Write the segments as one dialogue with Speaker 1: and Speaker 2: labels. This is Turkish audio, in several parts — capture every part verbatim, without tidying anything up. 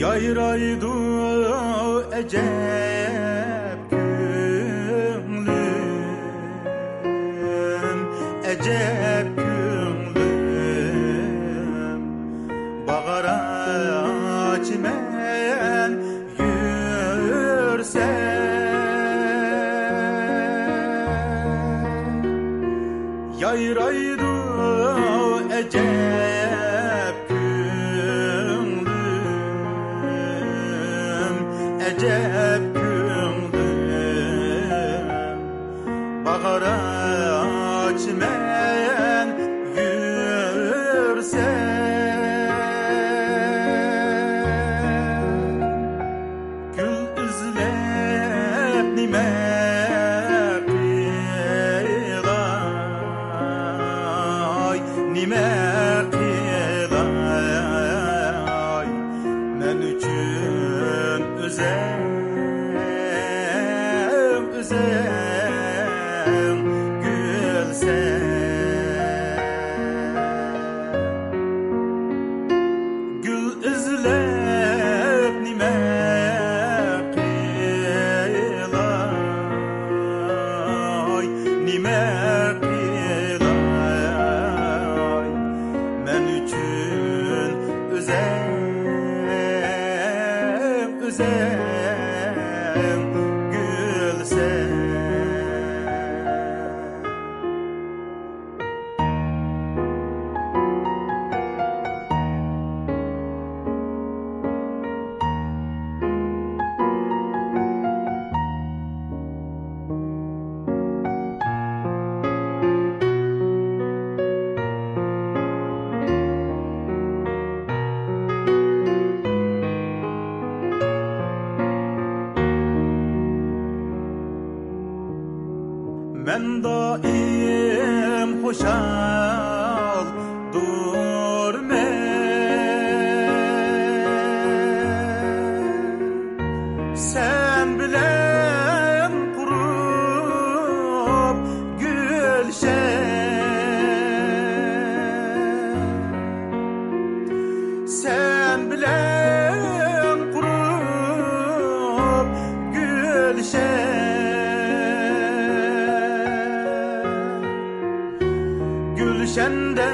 Speaker 1: Yayraydı ecep günlüm, ecep günlüm. Bağara çimen yürsem, yayraydı ecep günlüm, ecep günlüm. Bağara çimen yürsem, gül izlep nime qilay, nime qilay. Men üçün özem, özem gülsen. Gül izlep nime qilay, nime qilay. Men üçün özem, özem gülsen. Men daim hoşal durmen, sen bilen kurup gülşen, sen bilen kurup gülşen. Gülşende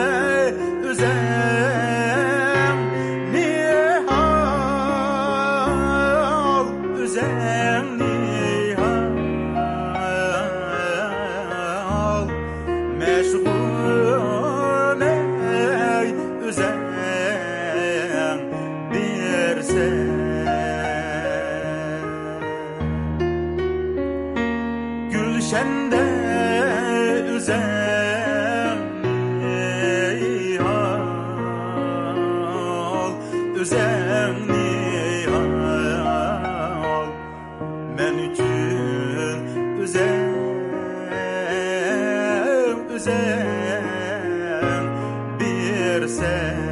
Speaker 1: özem nihal, özem nihal. Meşgul ey özem dersen, gülşende özem özem nihal. Men üçün özem, özem birsen.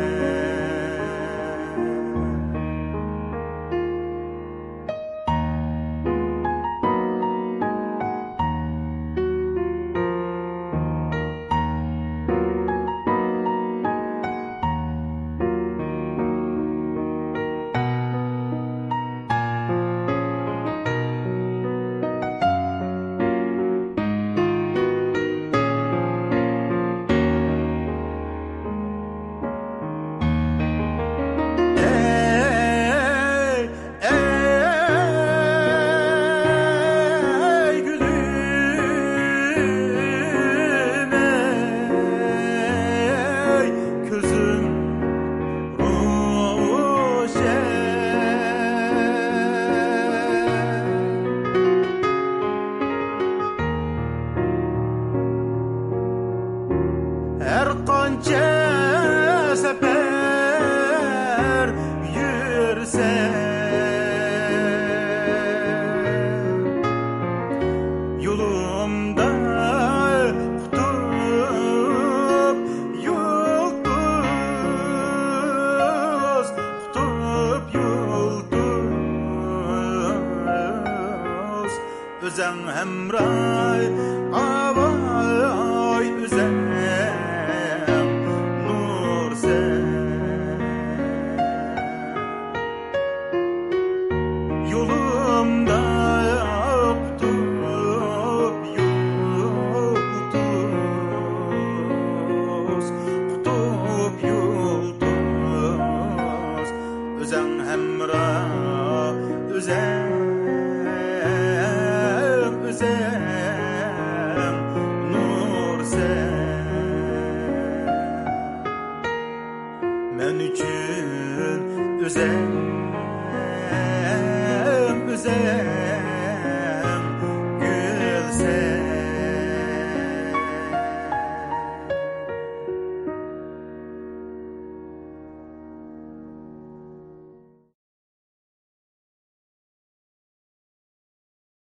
Speaker 1: Her qancha sefer yürsem, yolumda tutup yulduz, tutup yulduz. Özem hemray avay, özem nur sen. yolumda qutup yulduz, qutup yulduz, özeng hemrah, özeng, özeng nur sen. Men üçün özeng, özeng